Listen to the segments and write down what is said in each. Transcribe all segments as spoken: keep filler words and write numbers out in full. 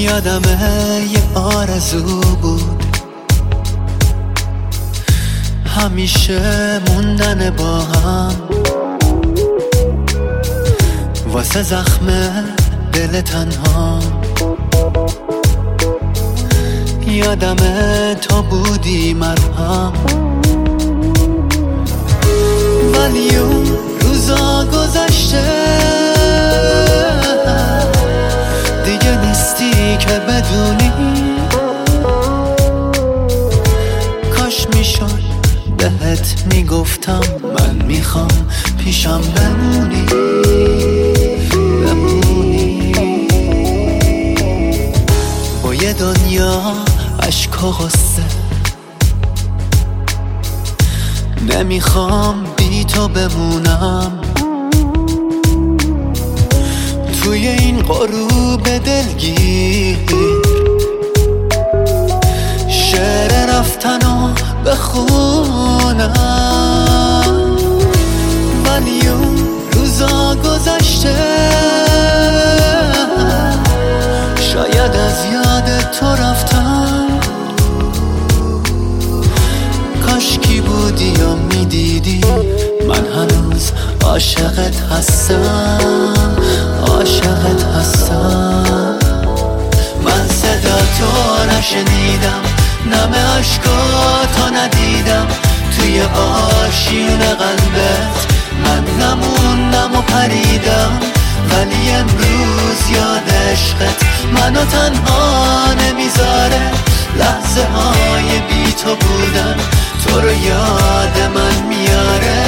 یادمه یه آرزو بود، همیشه موندن با هم واسه زخم دل تنها. یادمه تو بودی مرهم، ولی اون روزا گذشته، دیگه نیستی که بدونی. کاش میشد بهت میگفتم من میخوام پیشم بمونی بمونی. با یه دنیا عشق و غصه نمیخوام بی تو بمونم، توی این غروب دلگیر شعر رفتنو بخونم. ولی اون روزا گذشته، شاید از یاد تو رفتم. کاش کی بودی یا میدیدی من هنوز عاشقت هستم، عاشقت هستم. من صدا تو نشنیدم، نم عشقاتو ندیدم، توی آشیون قلبت من نموندم و پریدم. ولی امروز یاد عشقت منو تنها نمیذاره، لحظه های بی تو بودن تو رو یاد من میاره.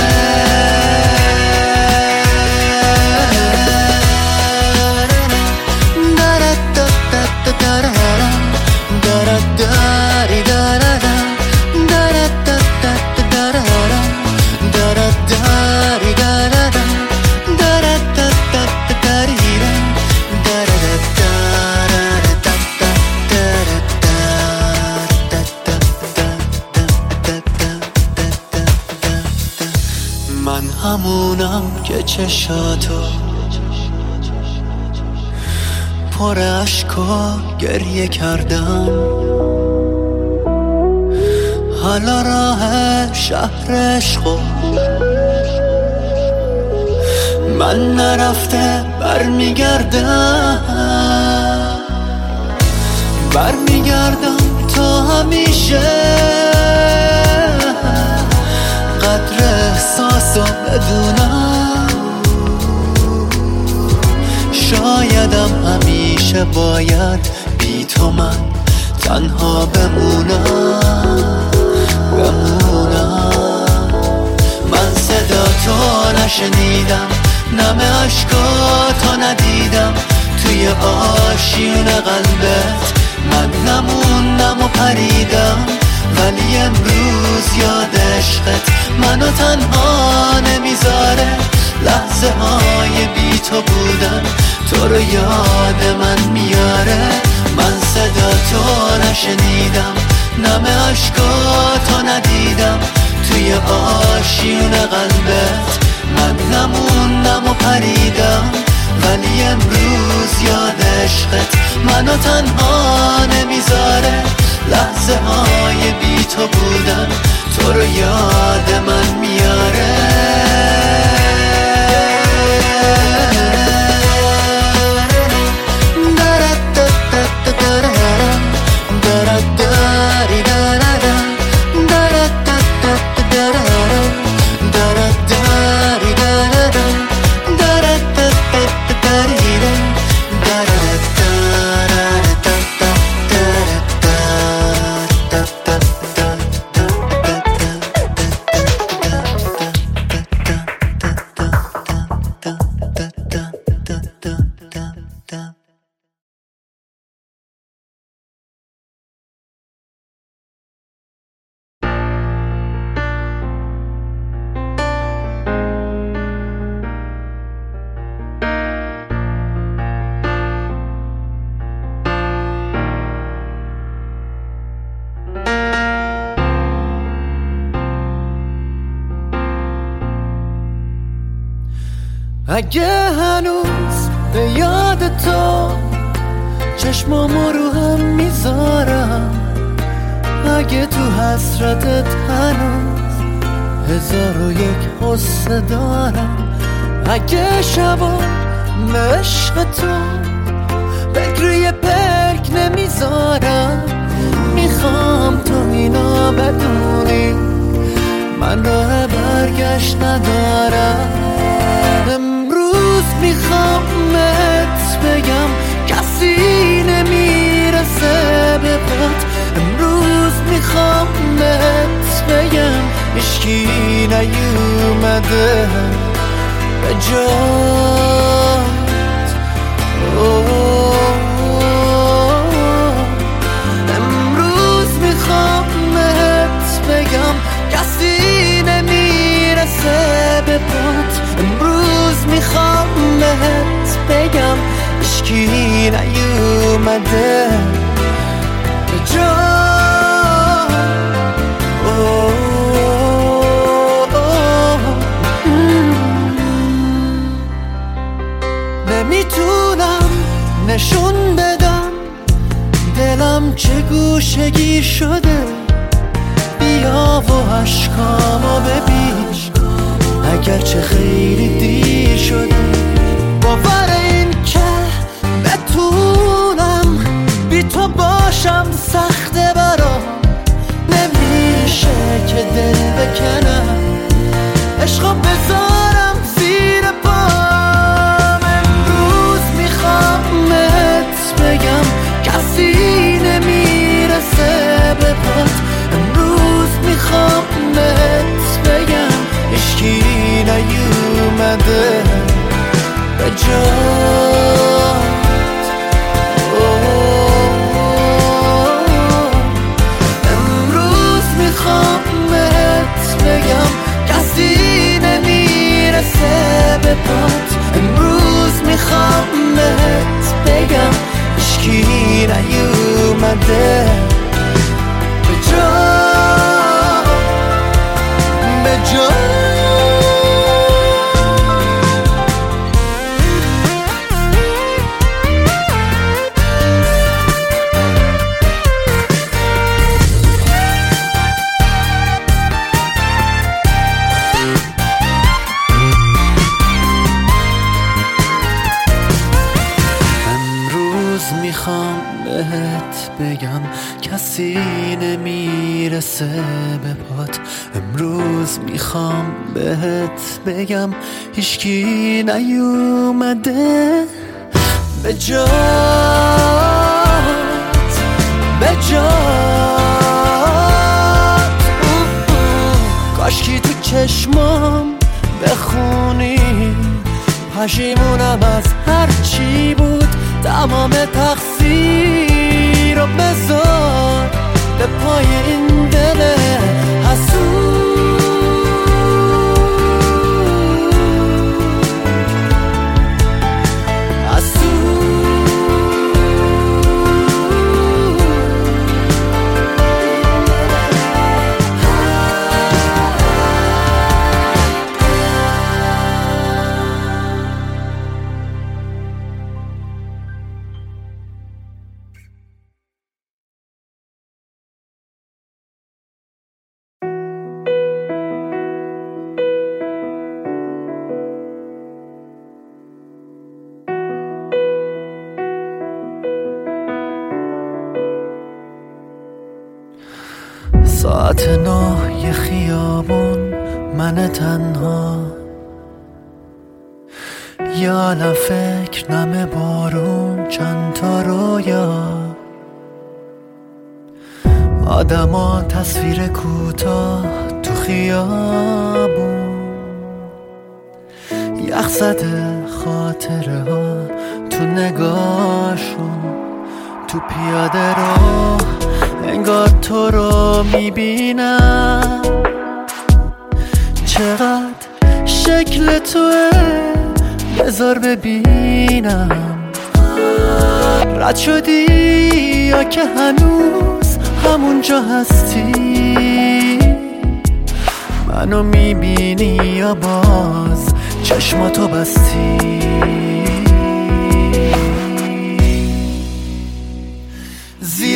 من همونم که چشاتو پر عشق و گریه کردم. حالا راه شهر عشقو من نرفته برمیگردم، برمیگردم تا همیشه قدر احساسو بدونم. شایدم همیشه باید بی تو من تنها بمونم بمونم. من صدا تو نشنیدم، نم عشقاتو ندیدم، توی آشیون قلبت من نموندم و پریدم. ولی امروز یاد عشقت منو تنها نمیذاره، لحظه های بی تو بودن تو رو یاد من میاره. من صدا تو نشنیدم، نم عشقاتو ندیدم، توی آشیون قلبت من نموندم و پریدم. ولی امروز یاد عشقت منو تنها نمیذاره، لحظه های بی تو بودن تو رو یاد من میاره. اگه هنوز به یاد تو چشمامو رو هم میذارم اگه تو حسرتت هنوز هزار و یک حسه دارم. اگه شبا عشق تو فکر پلک نمیذارم، میخوام تو اینا بدونی من راه برگشت ندارم. امروز میخوام ات بگم کسی نمیرسه به پات. امروز میخوام ات بگم هیچکی نیومده به جات. امروز میخوام ات بگم کسی نمیرسه به پات. امروز میخوام ات بگم هیچکی نیومده به جات. نمیتونم نشون بدم دلم چه گوشگیر شده، بیا و عشقامو ببین اگرچه خیلی دیر شده. باور این که بتونم بی تو باشم سخته برام، نمیشه که دل بکنم عشقا بذارم زیر پام. امروز میخوام ات بگم کسی نمیرسه به پات. امروز میخوام ات بگم هیچکی نیومده به جات. امروز میخوام ات بگم کسی نمیرسه به پات. امروز میخوام ات بگم هیچکی نیومده به جات به جات. میخوام بهت بگم کسی نمیرسه به پات. امروز میخوام بهت بگم هیچکی نیومده به جات به جات. کاشکی تو چشمام بخونی پشیمونم از هر چی بود. تمام تقصیر رو بذار به پای این دل حسود. ساعت نه یه خیابون من تنها، یه عالم فکر نم بارون چند تا رویا. آدما تصویر کوتاه تو خیابون، یخ زده خاطره ها تو نگاهشون. تو پیاده رو انگار تو رو میبینم، چقدر شکل توه بذار ببینم. رد شدی یا که هنوز همونجا هستی؟ منو میبینی یا باز چشماتو بستی؟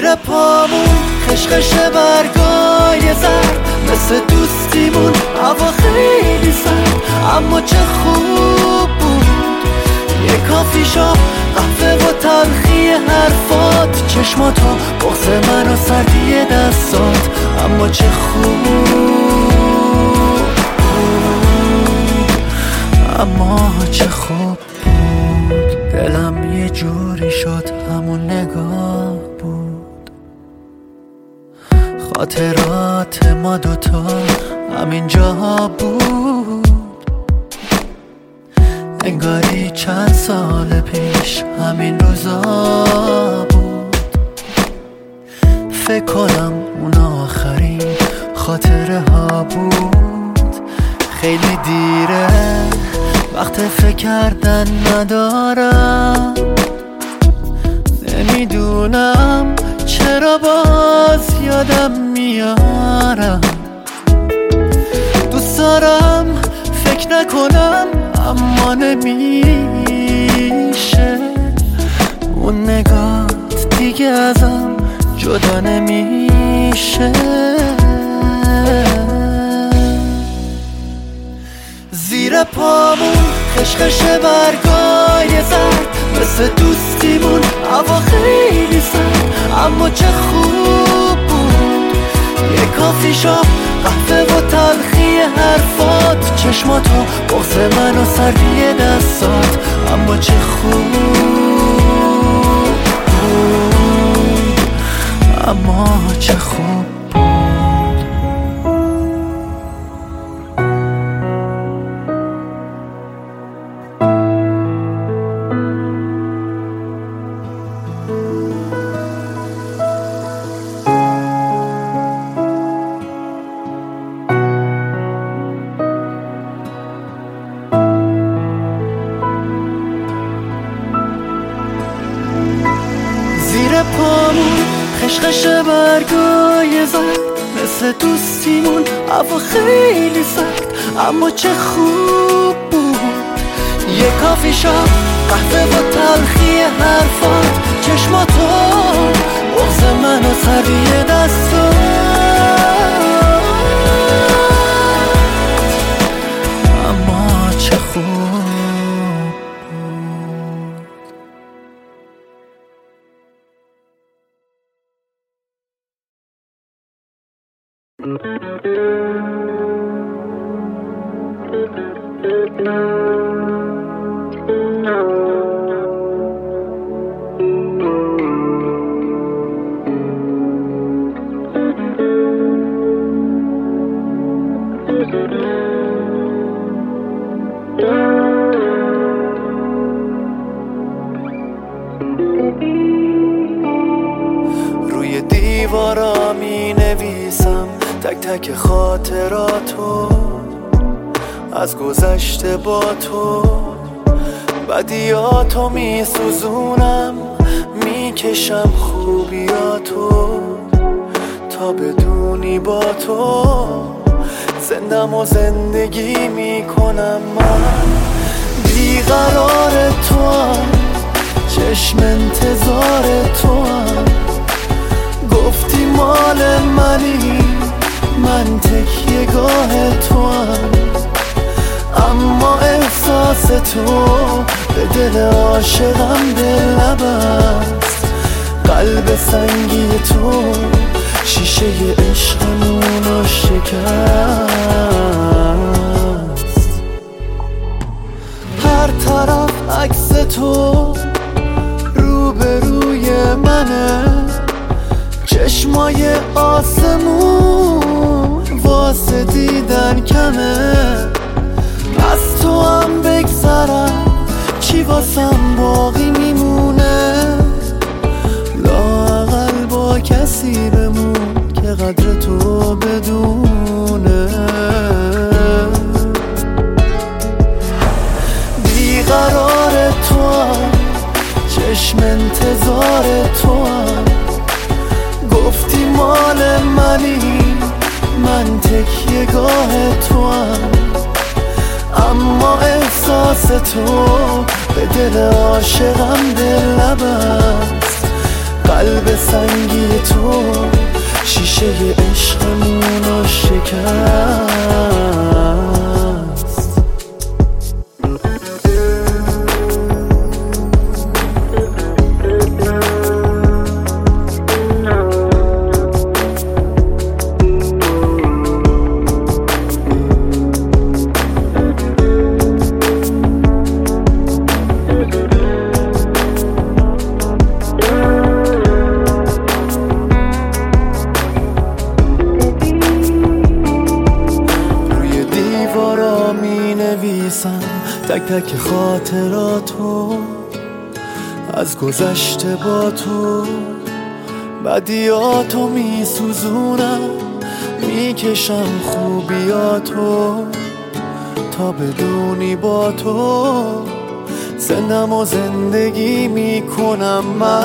زیر پامون خشخش برگای زرد، مثل دوستیمون هوا خیلی سرد، اما چه خوب بود یه کافی شاپ، قهوه و تلخی حرفات، چشماتا، بغض من و سردی دستات، اما چه خوب بود، اما چه خوب بود. دلم یه جوری شد همون نگاه بود، خاطرات ما دوتا همین جا بود، انگاری چند سال پیش همین روزا بود. فکر کنم اون آخرین خاطره ها بود. خیلی دیره وقت فکر کردن ندارم، نمیدونم چرا باز یادم میارم. دوست دارم فکر نکنم اما نمیشه، اون نگات دیگه ازم جدا نمیشه. زیر پامون خشخش برگای زرد، مثل دوستیمون هوا خیلی سرد، اما چه خوب بود یه کافی شاپ، قهوه و تلخی حرفات، چشماتو، بغض من و سردی دستات، اما چه خوب بود، اما چه خوب بود. زیر پامون خشخش برگای زرد، مثل دوستیمون هوا خیلی سرد، اما چه خوب بود یه کافی شاپ، قهوه و تلخی حرفات، چشماتو، بغض من و سردی دستات، اما چه خوب بود. روی دیوارا می نویسم تک تک خاطراتو، از گذشته با تو، بدیاتو می سوزونم، می کشم خوبیاتو، تا بدونی با تو زندم و زندگی می کنم. من بیقرار تو هم، چشم انتظار تو هم، گفتی مال منی، من تکیه گاه تو هم، اما احساس تو به دل عاشقم دل نبست. قلب سنگی تو شیشه عشقمونو شکست. هر طرف عکس تو روبروی منه، چشمای آسمون واسه دیدن کمه. از تو هم بگذرم چی واسم باقی میمونه، لااقل با کسی بمون که قدر تو بدونه. بیقرار تو هم، چشم انتظار تو هم، گفتی مال منی، من تکیه گاه تو هم، اما احساس تو به دل عاشقم دل نبست. قلب سنگی تو شیشه عشقمونو شکست. تک تک خاطراتو از گذشته با تو، بدیاتو می سوزونم میکشم خوبیاتو تا بدونی با تو زندم و زندگی میکنم.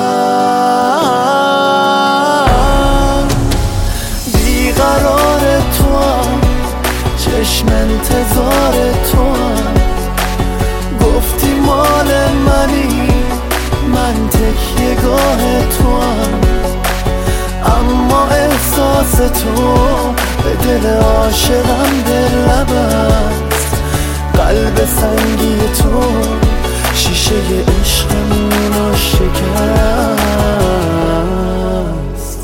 من بیقرار تو هم، چشم انتظار تو هم، گفتی مال منی من تکیه گاه تو هم، اما احساس تو به دل عاشقم دل نبست. قلب سنگی تو شیشه عشقمونو شکست.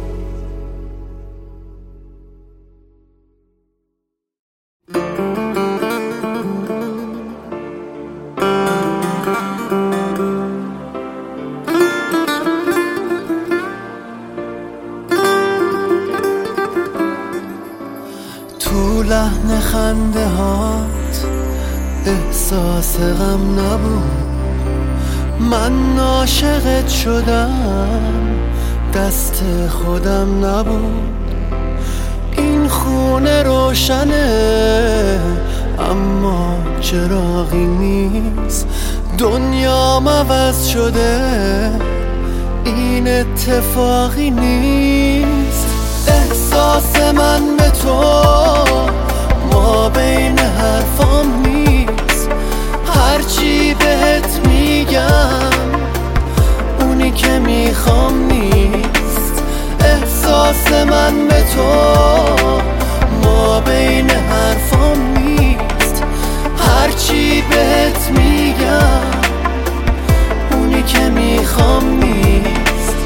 تو لحن خنده هات احساس غم نبود، من عاشقت شدم دست خودم نبود. این خونه روشنه اما چراغی نیست، دنیام عوض شده این اتفاقی نیست. احساس من به تو ما بین حرفام نیست، هرچی بهت میگم اونی که میخوام نیست. احساس من به تو ما بین حرفام نیست، هرچی بهت میگم اونی که میخوام نیست.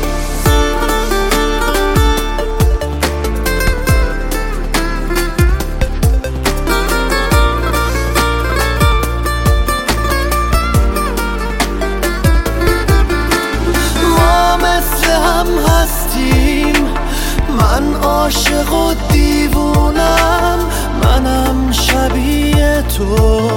من عاشق و دیوونم، منم شبیه تو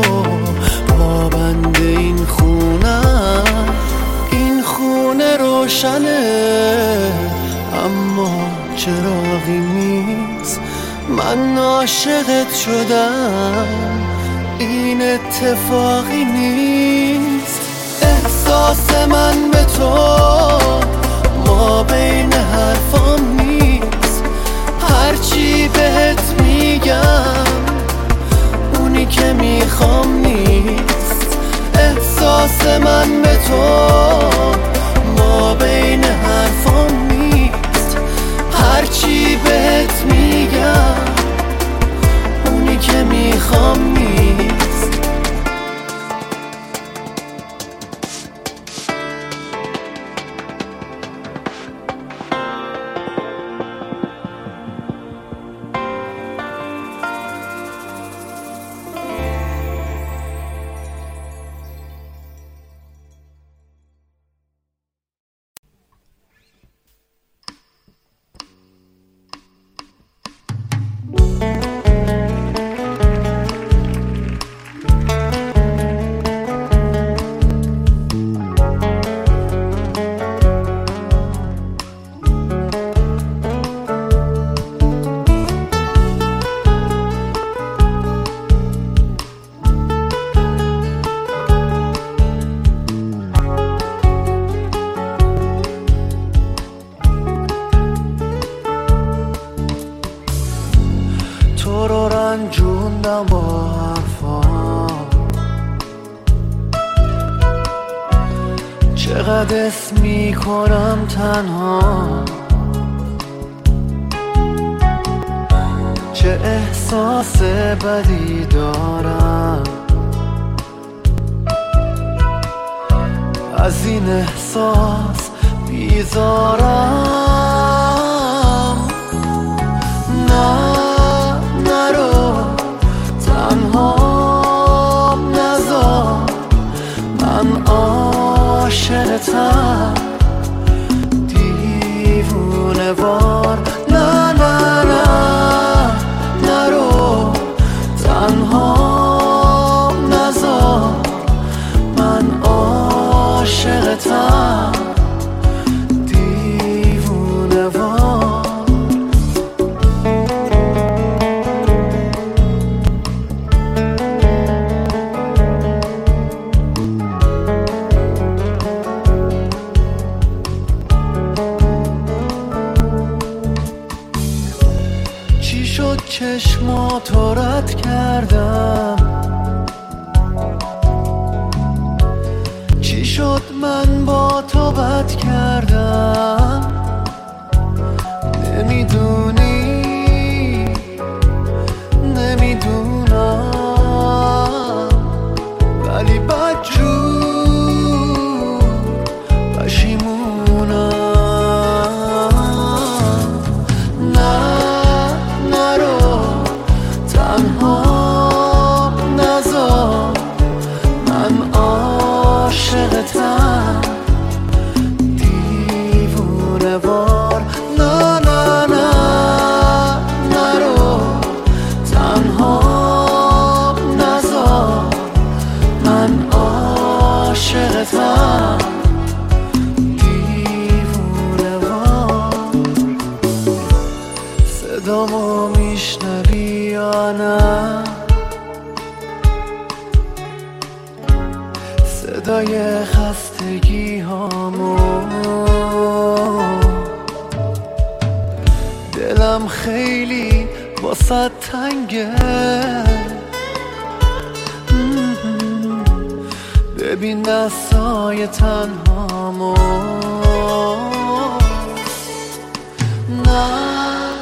پابند این خونم. این خونه روشنه اما چراغی نیست، من عاشقت شدم این اتفاقی نیست. احساس من به تو ما بین حرفام نیست، هرچی بهت میگم اونی که میخوام نیست. احساس من به تو ما بین حرفام نیست، هرچی بهت میگم اونی که میخوام نیست. چقدر اسم میکنم تنها، چه احساس بدی دارم از این احساس بیزارم. نه نرو تنها نذار، من عاشقتم دیوونه وار. نه نه نه نرو تنها نذار، من عاشقتم دیوونه وار. چی شد چشماتو رد کردم، چی شد من با تو بد کردم. نمیدونی نمیدونم، ولی بدجور پشیمونم. نه نرو تنها نذار، من عاشقتم دیوونه وار. نه نه نه نرو تنها نذار، من عاشقتم دیوونه وار. صدامو میشنوی یا نه؟ صدای خستگی هامو، دلم خیلی واسه تنگه. ببین دستای تنهامو. نه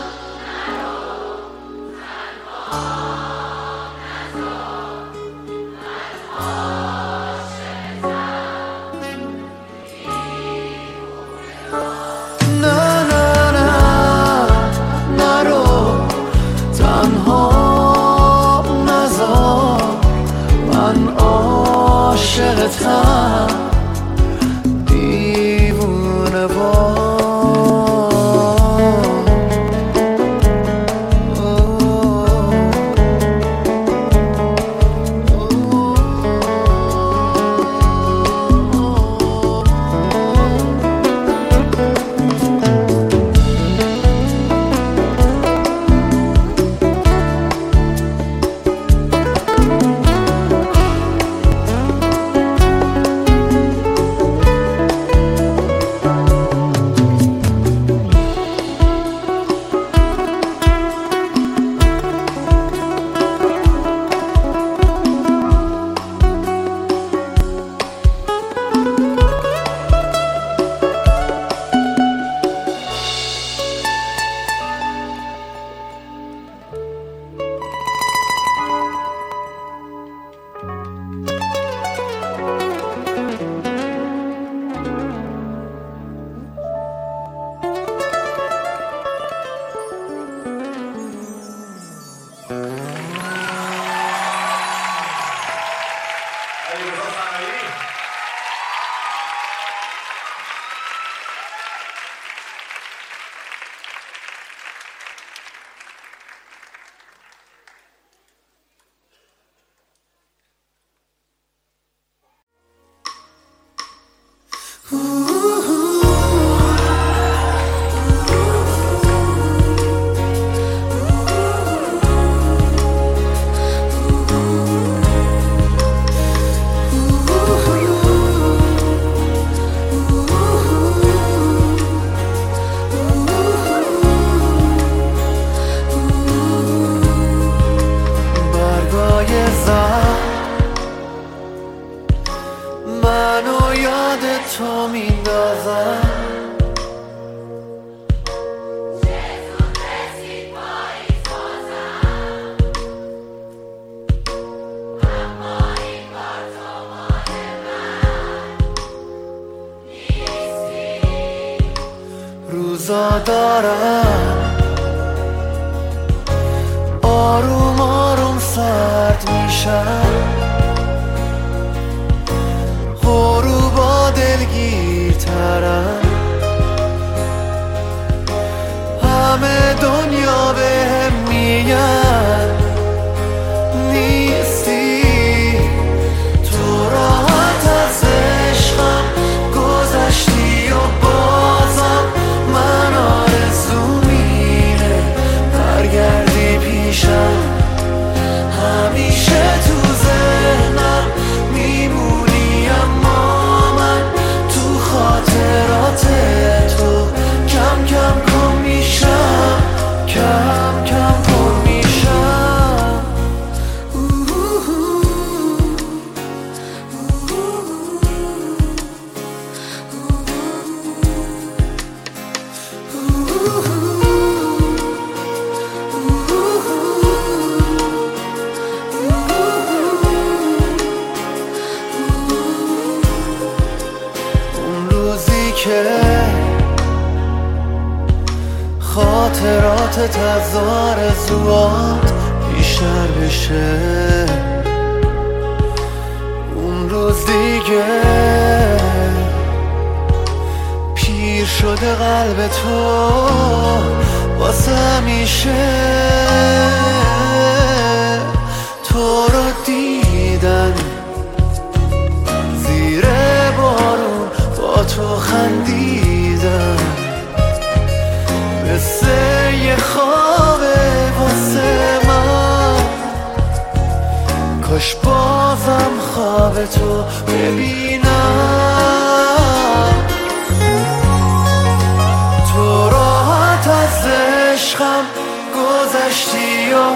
عاشقتم دیوونه وار. منو یادت تو میندازم. روزا دارم آروم آروم سرد میشم، غروبا دلگیرترم، همه دنیا بهم میگن نیستی، تو راحت از عشقم گذشتی و بازم من آرزوم اینه برگردی پیشم، همیشه تو ذهنم میمونی اما من تو خاطرات تو کم کم گم میشم، کم کم گم میشم. اون روزی که خاطراتت از آرزوات بیشتر بشه، اون روز دیگه پیر شده قلب تو واسه همیشه، تو رو دیدن زیر بارون با تو خندیدن، مثل یه خوابه واسه من، کاش بازم خواب تو ببینم، تو راحت از عشقم گذشتی و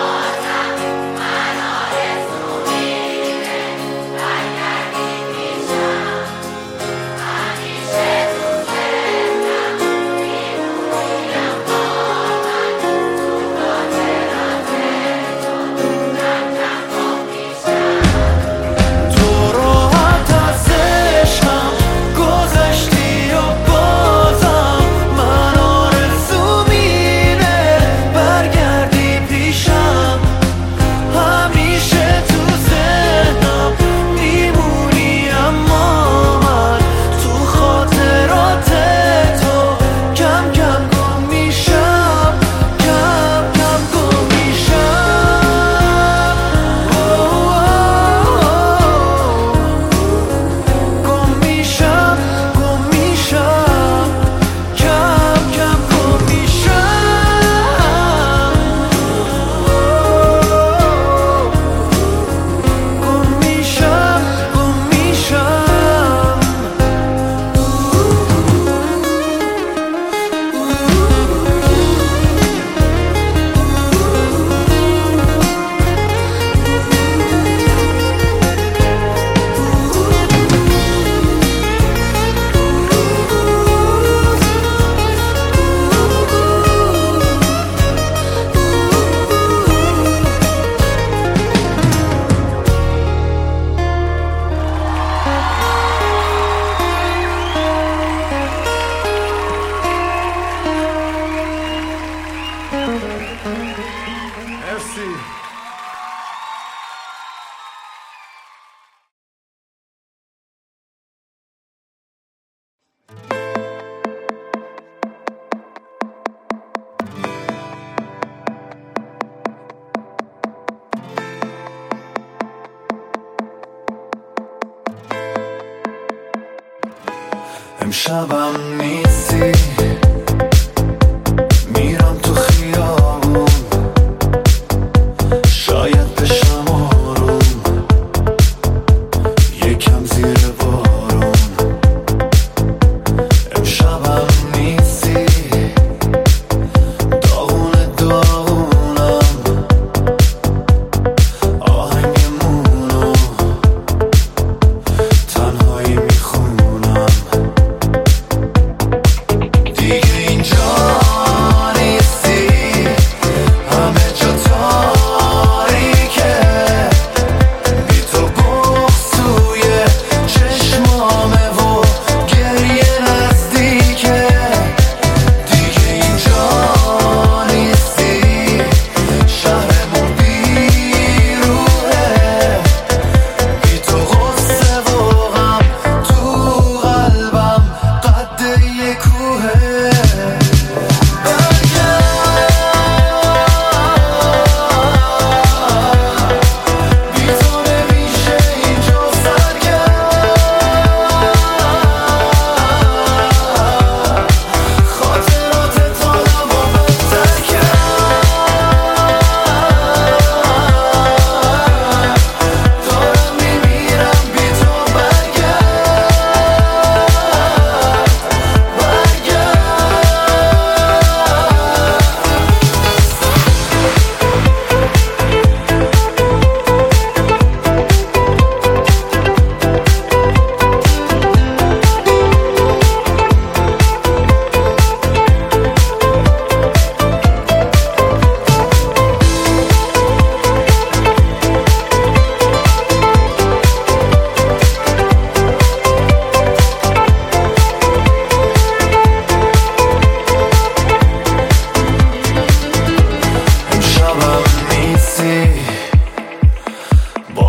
امشبم نیستی، میرم تو خیابون، شاید بشم آروم، یکم زیر بارون. امشبم نیستی، داغون داغونم، آهنگمونو تنهایی میخونم.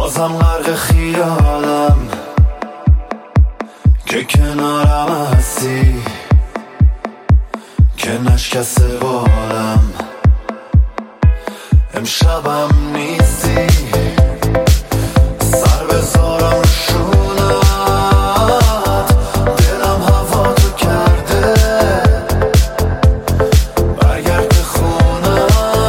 بازم غرق خیالم که کنارم هستی، که نشکسته بالم امشبم نیستی. سر بذارم شونت، دلم هوا تو کرده، برگرد به خونم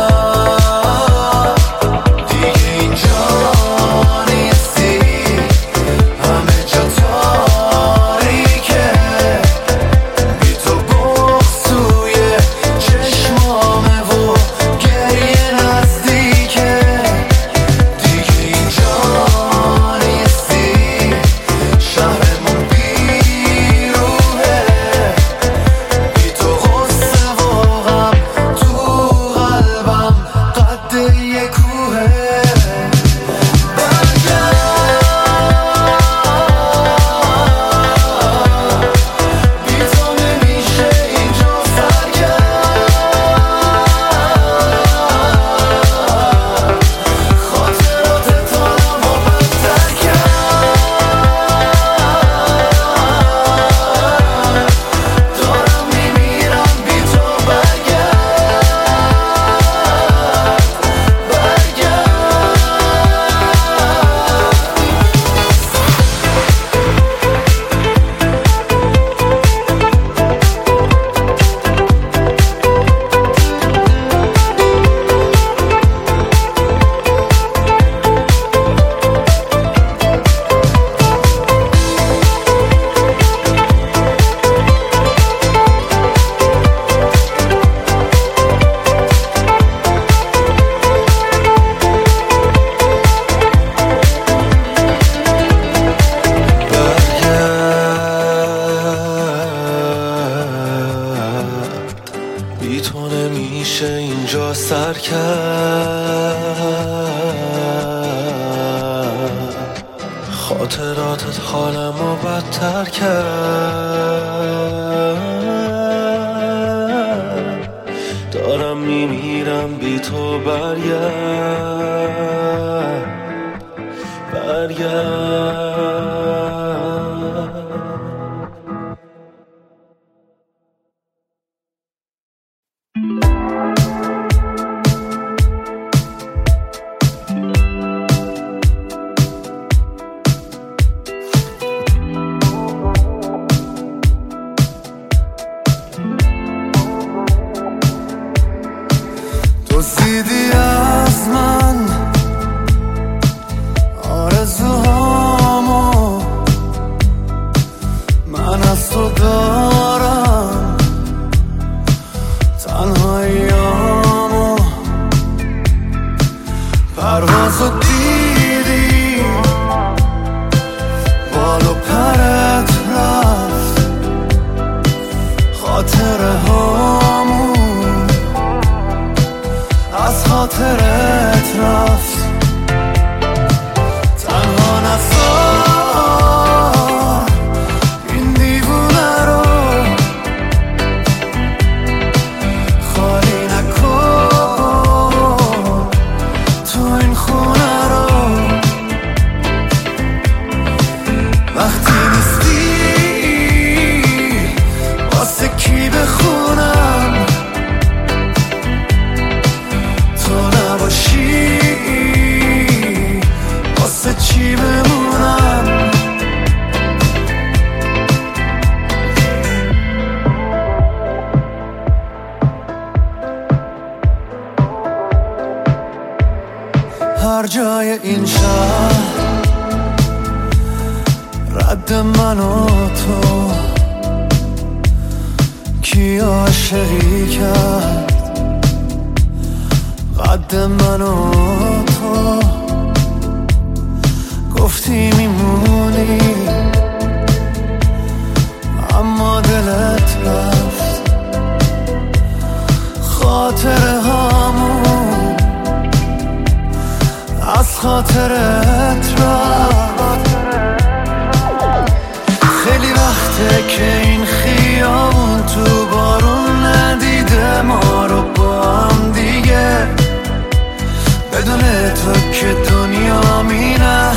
دیگه اینجا نیستی. همه جا تاریکه، بی تو بغض توی چشمامه و گریه نزدیکه. دیگه اینجا نیستی، شهرمون بیروحه، بی تو غصه و غم تو قلبم قد یه کوهه. بی تو نمیشه اینجا سر کرد، خاطرات تارم و بدتر کرد. دارم میمیرم بی تو، برگرد بی تو نمیشه اینجا سر کرد، خاطراتت حالمو بدتر کرد. دارم میمیرم بی تو، برگرد برگرد. دزدیدی از من آرزوهامو، من از تو دارم تنهاییامو. پروازو دیدی، بال و پرت رفت، خاطره هامون از خاطرت رفت. تنها نذار این دیوونه رو، خالی نکن تو این خونه رو. وقتی نیستی واسه کی بخونم، تو نباشی واسه چی بمونم. هر جای این شهر رد من و تو، کی عاشقی کرد قد من و تو. گفتی میمونی اما دلت رفت، خاطره هامون از خاطرت رفت. خیلی وقته که این خیابون تو بارون ندیده ما رو با هم دیگه، بدون تو که دنیا مینه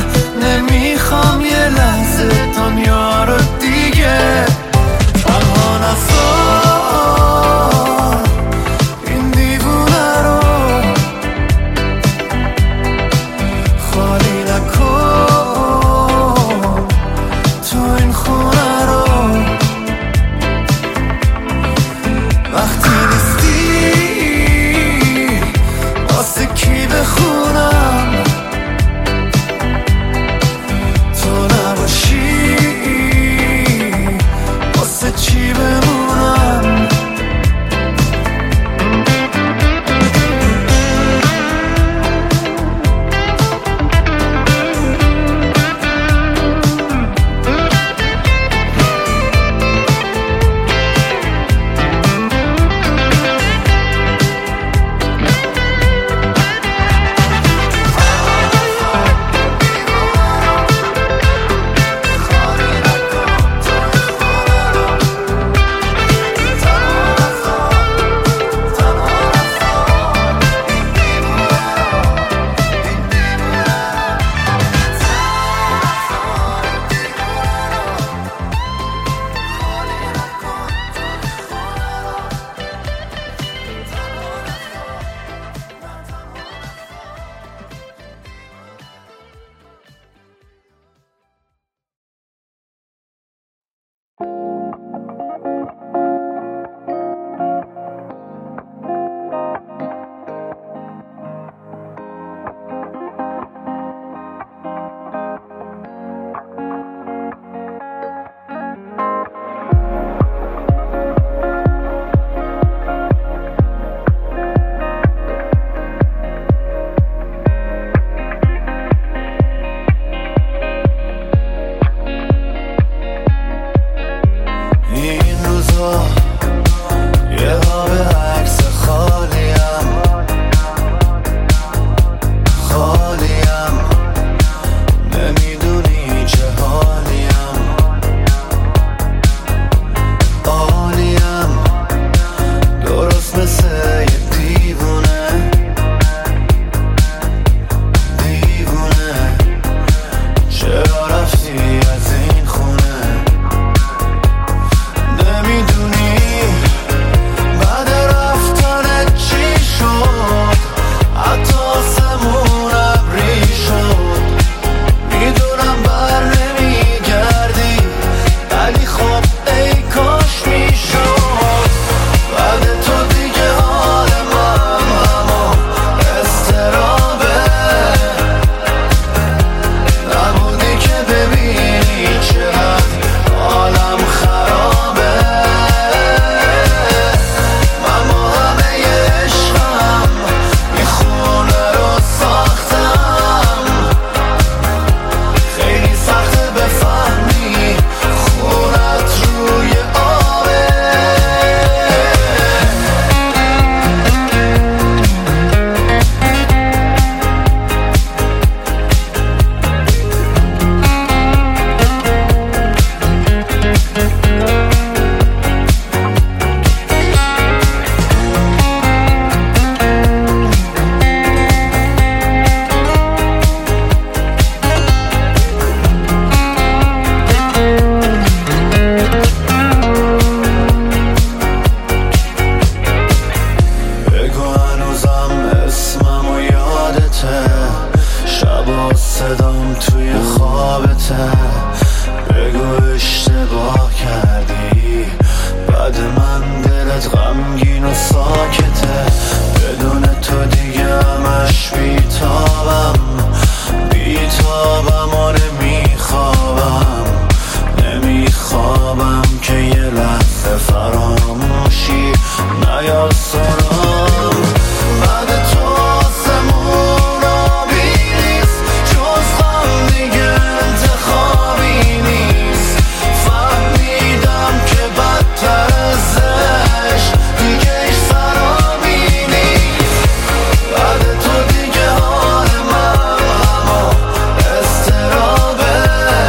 توی خوابته، بگو اشتباه کردی. بعد من دلت غمگین و ساکته، بدون تو دیگه همش بیتابم بیتابم آره میخوابم نمیخوابم که یه لحظه فراموشی نیاد سرام. بعد تو آسمون آبی نیست، جز غم دیگه انتخابی نیست. فهمیدم که بدتر از عشق دیگه ایش سرابی نیست. بعد تو دیگه حال من همه استرابه،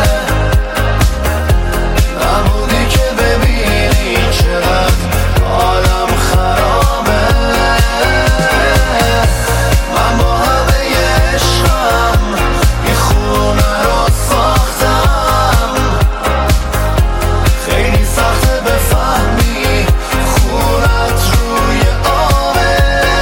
نبودی که ببینی چقدر حالم خرابه. من با همه عشقم این خونه رو ساختم، خیلی سخته بفهمی خونت روی آبه.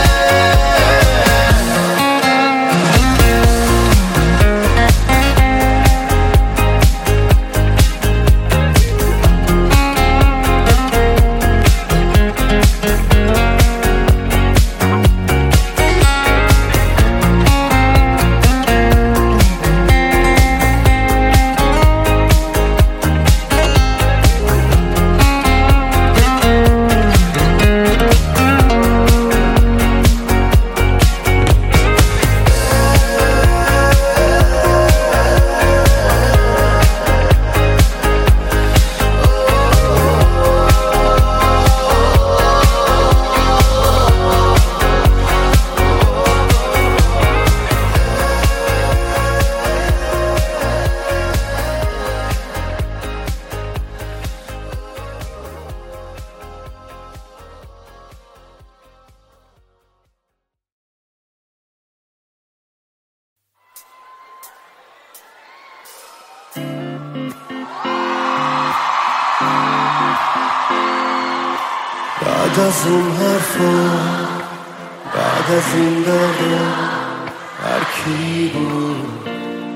بعد از اون حرفا، بعد از این دردا، هر کی بود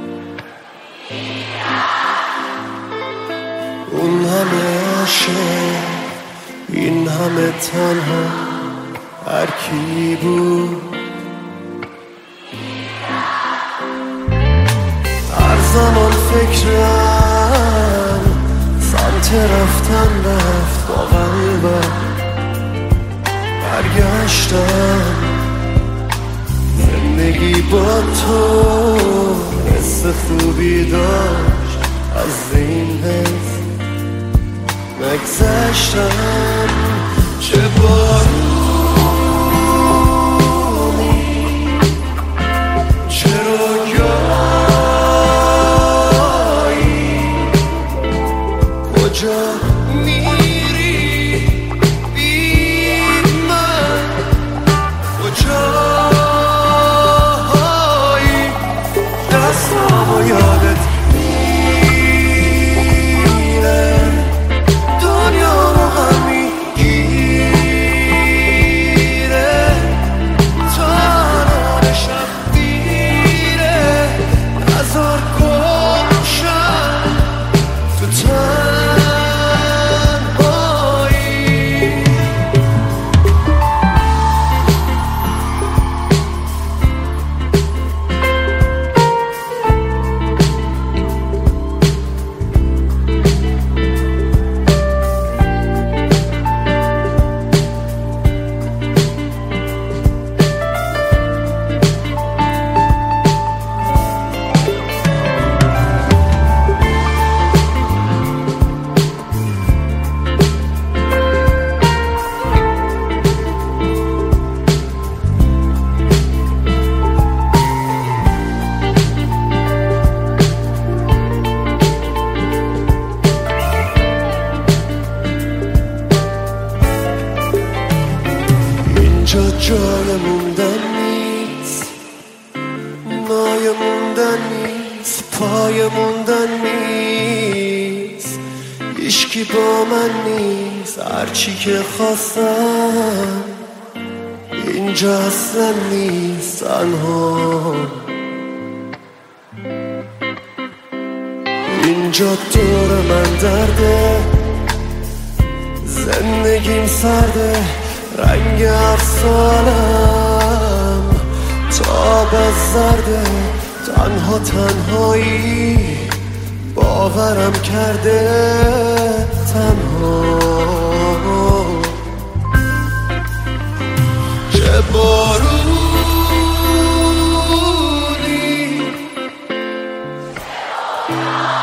اون همه عاشق، این همه تنها، هر کی بود. هر زمان فکرم سمت رفتن رفت، با قلبم برگشتم. زندگی با تو حس خوبی داشت، از این حس نگذشتم. چه بارونی، چه رویایی، کجا میری بی من، کجایی دستامو یادت میره، دنیا رو غم میگیره، تنها شب دیره، نزار گمشم تو تنهایی. اینجا جای موندن نیست، نای موندن نیست، پای موندن نیست، هیچکی با من نیست. هرچی که خواستم اینجا اصلا نیست، تنها اینجا دور من درده، زندگیم سرده، رنگ هر سالم تاب از زرده، تنها تنهایی باورم کرده، تنها چه بارونی